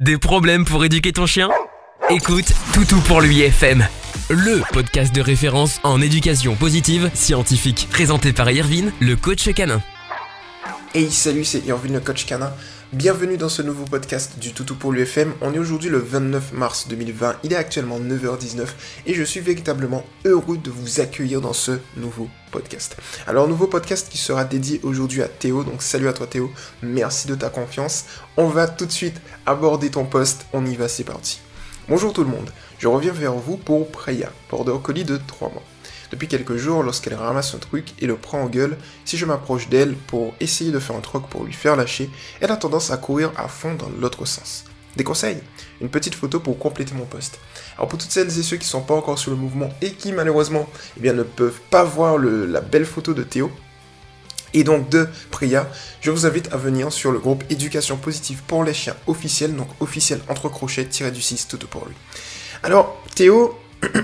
Des problèmes pour éduquer ton chien? Écoute Toutou pour lui FM, le podcast de référence en éducation positive scientifique, présenté par Irvine, le coach canin. Hey salut, c'est Irvine, le coach canin. Bienvenue dans ce nouveau podcast du Toutou pour l'UFM. On est aujourd'hui le 29 mars 2020, il est actuellement 9h19 et je suis véritablement heureux de vous accueillir dans ce nouveau podcast. Alors, nouveau podcast qui sera dédié aujourd'hui à Théo, donc salut à toi Théo, merci de ta confiance. On va tout de suite aborder ton post, on y va, c'est parti. Bonjour tout le monde, je reviens vers vous pour Preya, border collie de 3 mois. Depuis quelques jours, lorsqu'elle ramasse un truc et le prend en gueule, si je m'approche d'elle pour essayer de faire un troc pour lui faire lâcher, elle a tendance à courir à fond dans l'autre sens. Des conseils? Une petite photo pour compléter mon post. Alors pour toutes celles et ceux qui ne sont pas encore sur le mouvement et qui malheureusement ne peuvent pas voir la belle photo de Théo, et donc de Preya, je vous invite à venir sur le groupe Éducation Positive pour les chiens officiel, donc officiel entre crochets, _6, tout pour lui. Alors Théo,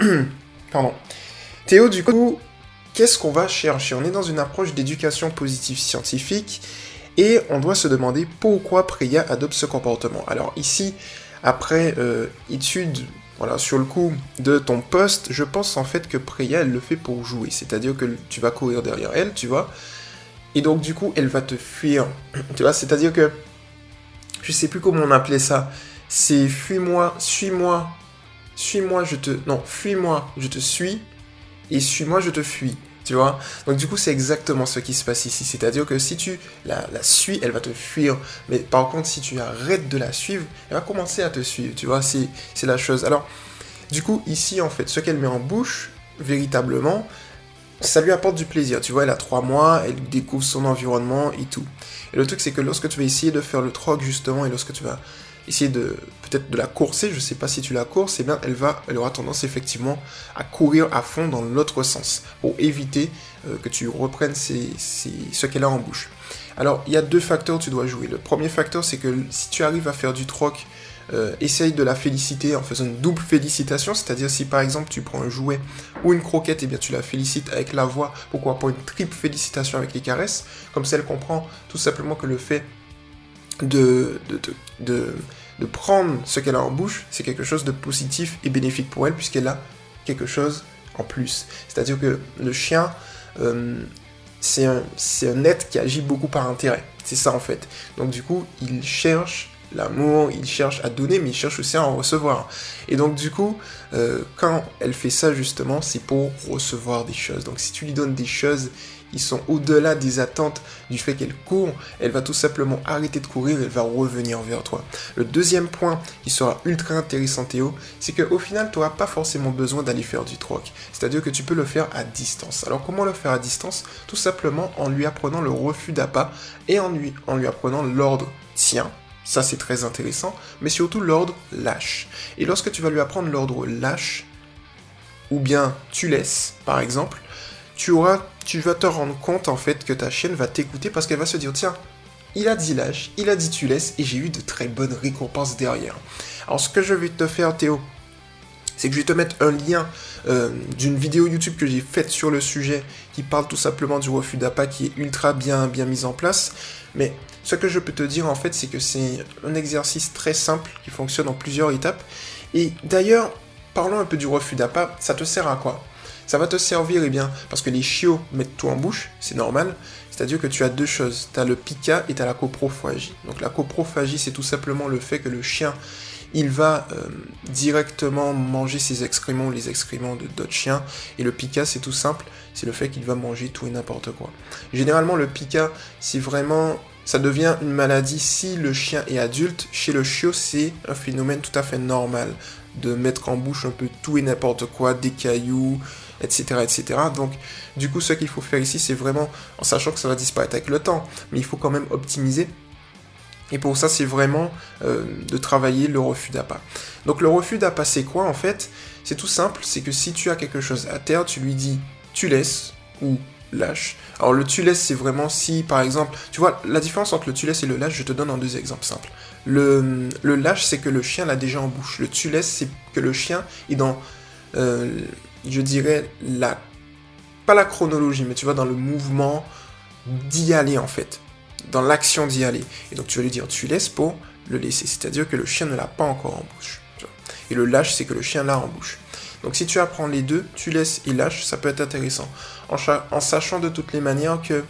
Théo, du coup, qu'est-ce qu'on va chercher? On est dans une approche d'éducation positive scientifique et on doit se demander pourquoi Preya adopte ce comportement. Alors ici, après étude sur le coup de ton post, je pense en fait que Preya, elle le fait pour jouer. C'est-à-dire que tu vas courir derrière elle, tu vois, et donc du coup, elle va te fuir. Tu vois, c'est-à-dire que, je sais plus comment on appelait ça, c'est fuis-moi, suis-moi, fuis-moi, je te suis, et suis-moi, je te fuis, tu vois. Donc du coup, c'est exactement ce qui se passe ici. C'est-à-dire que si tu la suis, elle va te fuir. Mais par contre, si tu arrêtes de la suivre, elle va commencer à te suivre, tu vois. C'est la chose. Alors, du coup, ici, en fait, ce qu'elle met en bouche, véritablement, ça lui apporte du plaisir. Tu vois, elle a 3 mois, elle découvre son environnement et tout. Et le truc, c'est que lorsque tu vas essayer de faire le troc, justement, et lorsque tu vas essayer peut-être de la courser, je sais pas si tu la courses, elle aura tendance effectivement à courir à fond dans l'autre sens, pour éviter que tu reprennes ce qu'elle a en bouche. Alors, il y a 2 facteurs que tu dois jouer. Le premier facteur, c'est que si tu arrives à faire du troc, essaye de la féliciter en faisant une double félicitation, c'est-à-dire si par exemple tu prends un jouet ou une croquette, et bien tu la félicites avec la voix, pourquoi pas une triple félicitation avec les caresses, comme ça elle comprend tout simplement que le fait de prendre ce qu'elle a en bouche, c'est quelque chose de positif et bénéfique pour elle, puisqu'elle a quelque chose en plus. C'est-à-dire que le chien, c'est un être qui agit beaucoup par intérêt. C'est ça en fait. Donc du coup, il cherche l'amour, il cherche à donner, mais il cherche aussi à en recevoir. Et donc du coup, quand elle fait ça justement, c'est pour recevoir des choses. Donc si tu lui donnes des choses qui sont au-delà des attentes du fait qu'elle court, elle va tout simplement arrêter de courir, elle va revenir vers toi. Le deuxième point qui sera ultra intéressant Théo, c'est qu'au final, tu n'auras pas forcément besoin d'aller faire du troc. C'est-à-dire que tu peux le faire à distance. Alors comment le faire à distance? Tout simplement en lui apprenant le refus d'appât et en lui apprenant l'ordre tiens. Ça, c'est très intéressant, mais surtout l'ordre lâche. Et lorsque tu vas lui apprendre l'ordre lâche, ou bien tu laisses, par exemple, tu vas te rendre compte, en fait, que ta chienne va t'écouter parce qu'elle va se dire, tiens, il a dit lâche, il a dit tu laisses, et j'ai eu de très bonnes récompenses derrière. Alors, ce que je vais te faire, Théo, c'est que je vais te mettre un lien d'une vidéo YouTube que j'ai faite sur le sujet, qui parle tout simplement du refus d'appât, qui est ultra bien mise en place, mais ce que je peux te dire en fait, c'est que c'est un exercice très simple qui fonctionne en plusieurs étapes. Et d'ailleurs, parlons un peu du refus d'appât, ça te sert à quoi? Ça va te servir, parce que les chiots mettent tout en bouche, c'est normal. C'est-à-dire que tu as 2 choses, tu as le pica et tu as la coprophagie. Donc la coprophagie, c'est tout simplement le fait que le chien, il va directement manger ses excréments ou les excréments d'autres chiens. Et le pica, c'est tout simple, c'est le fait qu'il va manger tout et n'importe quoi. Généralement, le pica, c'est vraiment... Ça devient une maladie si le chien est adulte. Chez le chiot, c'est un phénomène tout à fait normal de mettre en bouche un peu tout et n'importe quoi, des cailloux, etc., etc. Donc, du coup, ce qu'il faut faire ici, c'est vraiment, en sachant que ça va disparaître avec le temps, mais il faut quand même optimiser. Et pour ça, c'est vraiment de travailler le refus d'appât. Donc, le refus d'appât, c'est quoi, en fait? C'est tout simple, c'est que si tu as quelque chose à terre, tu lui dis « tu laisses » ou lâche. Alors le tu laisses, c'est vraiment si, par exemple, tu vois, la différence entre le tu laisses et le lâche, je te donne en 2 exemples simples. Le lâche, c'est que le chien l'a déjà en bouche. Le tu laisses, c'est que le chien est dans, je dirais, pas la chronologie, mais tu vois, dans le mouvement d'y aller, en fait. Dans l'action d'y aller. Et donc tu vas lui dire, tu laisses pour le laisser. C'est-à-dire que le chien ne l'a pas encore en bouche. Et le lâche, c'est que le chien l'a en bouche. Donc si tu apprends les deux, tu laisses et lâches, ça peut être intéressant. En sachant de toutes les manières que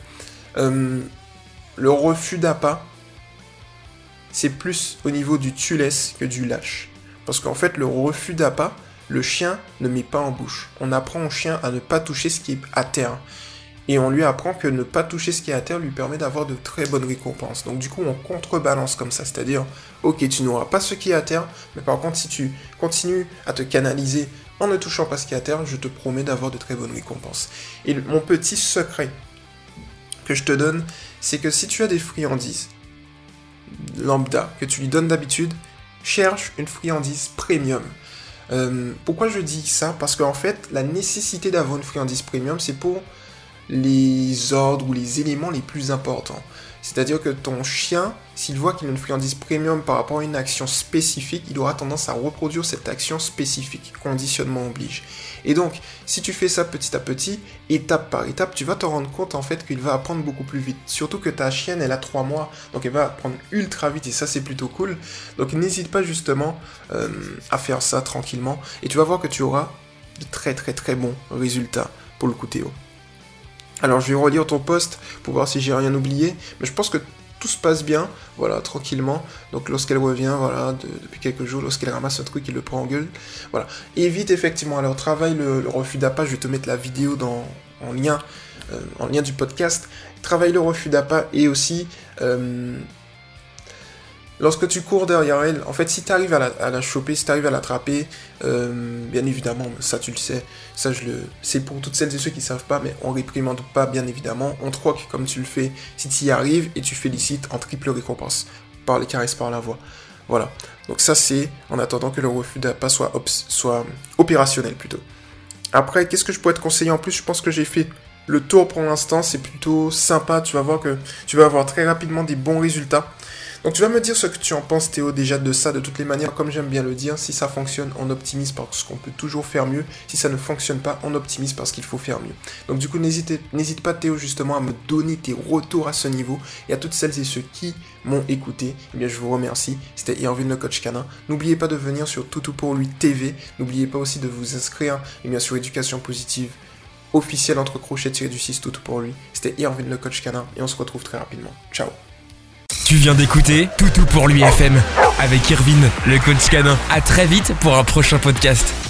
le refus d'appât, c'est plus au niveau du tu laisses que du lâche. Parce qu'en fait, le refus d'appât, le chien ne met pas en bouche. On apprend au chien à ne pas toucher ce qui est à terre. Et on lui apprend que ne pas toucher ce qui est à terre lui permet d'avoir de très bonnes récompenses. Donc du coup, on contrebalance comme ça. C'est-à-dire, ok, tu n'auras pas ce qui est à terre, mais par contre, si tu continues à te canaliser en ne touchant pas ce qui est à terre, je te promets d'avoir de très bonnes récompenses. Et mon petit secret que je te donne, c'est que si tu as des friandises lambda que tu lui donnes d'habitude, cherche une friandise premium. Pourquoi je dis ça? Parce qu'en fait, la nécessité d'avoir une friandise premium, c'est pour les ordres ou les éléments les plus importants. C'est-à-dire que ton chien, s'il voit qu'il a une friandise premium par rapport à une action spécifique, il aura tendance à reproduire cette action spécifique. Conditionnement oblige. Et donc, si tu fais ça petit à petit, étape par étape, tu vas te rendre compte en fait qu'il va apprendre beaucoup plus vite. Surtout que ta chienne, elle a 3 mois, donc elle va apprendre ultra vite et ça c'est plutôt cool. Donc n'hésite pas justement à faire ça tranquillement et tu vas voir que tu auras de très très très bons résultats pour le coup Théo. Alors je vais relire ton post pour voir si j'ai rien oublié, mais je pense que tout se passe bien, voilà, tranquillement. Donc lorsqu'elle revient, voilà, depuis quelques jours, lorsqu'elle ramasse un truc, il le prend en gueule. Voilà, évite effectivement, alors travaille le refus d'appât, je vais te mettre la vidéo en lien du podcast. Travaille le refus d'appât et aussi... lorsque tu cours derrière elle, en fait, si tu arrives à la choper, si tu arrives à l'attraper, bien évidemment, ça tu le sais, c'est pour toutes celles et ceux qui ne savent pas, mais on réprimande pas, bien évidemment, on troque comme tu le fais, si tu y arrives, et tu félicites en triple récompense, par les caresses, par la voix. Voilà, donc ça c'est en attendant que le refus d'appât soit opérationnel plutôt. Après, qu'est-ce que je pourrais te conseiller en plus? Je pense que j'ai fait le tour pour l'instant, c'est plutôt sympa, tu vas voir que tu vas avoir très rapidement des bons résultats. Donc tu vas me dire ce que tu en penses Théo déjà de ça, de toutes les manières, comme j'aime bien le dire, si ça fonctionne, on optimise parce qu'on peut toujours faire mieux, si ça ne fonctionne pas, on optimise parce qu'il faut faire mieux. Donc du coup n'hésite pas Théo justement à me donner tes retours à ce niveau, et à toutes celles et ceux qui m'ont écouté, eh bien je vous remercie, c'était Irvine le coach canin. N'oubliez pas de venir sur Toutou pour lui TV, n'oubliez pas aussi de vous inscrire, et bien sur Éducation Positive, officiel entre crochet-du-6 Toutou pour lui, c'était Irvine le coach canin, et on se retrouve très rapidement. Ciao. Tu viens d'écouter Toutou pour lui FM avec Irvine, le coach canin. À très vite pour un prochain podcast.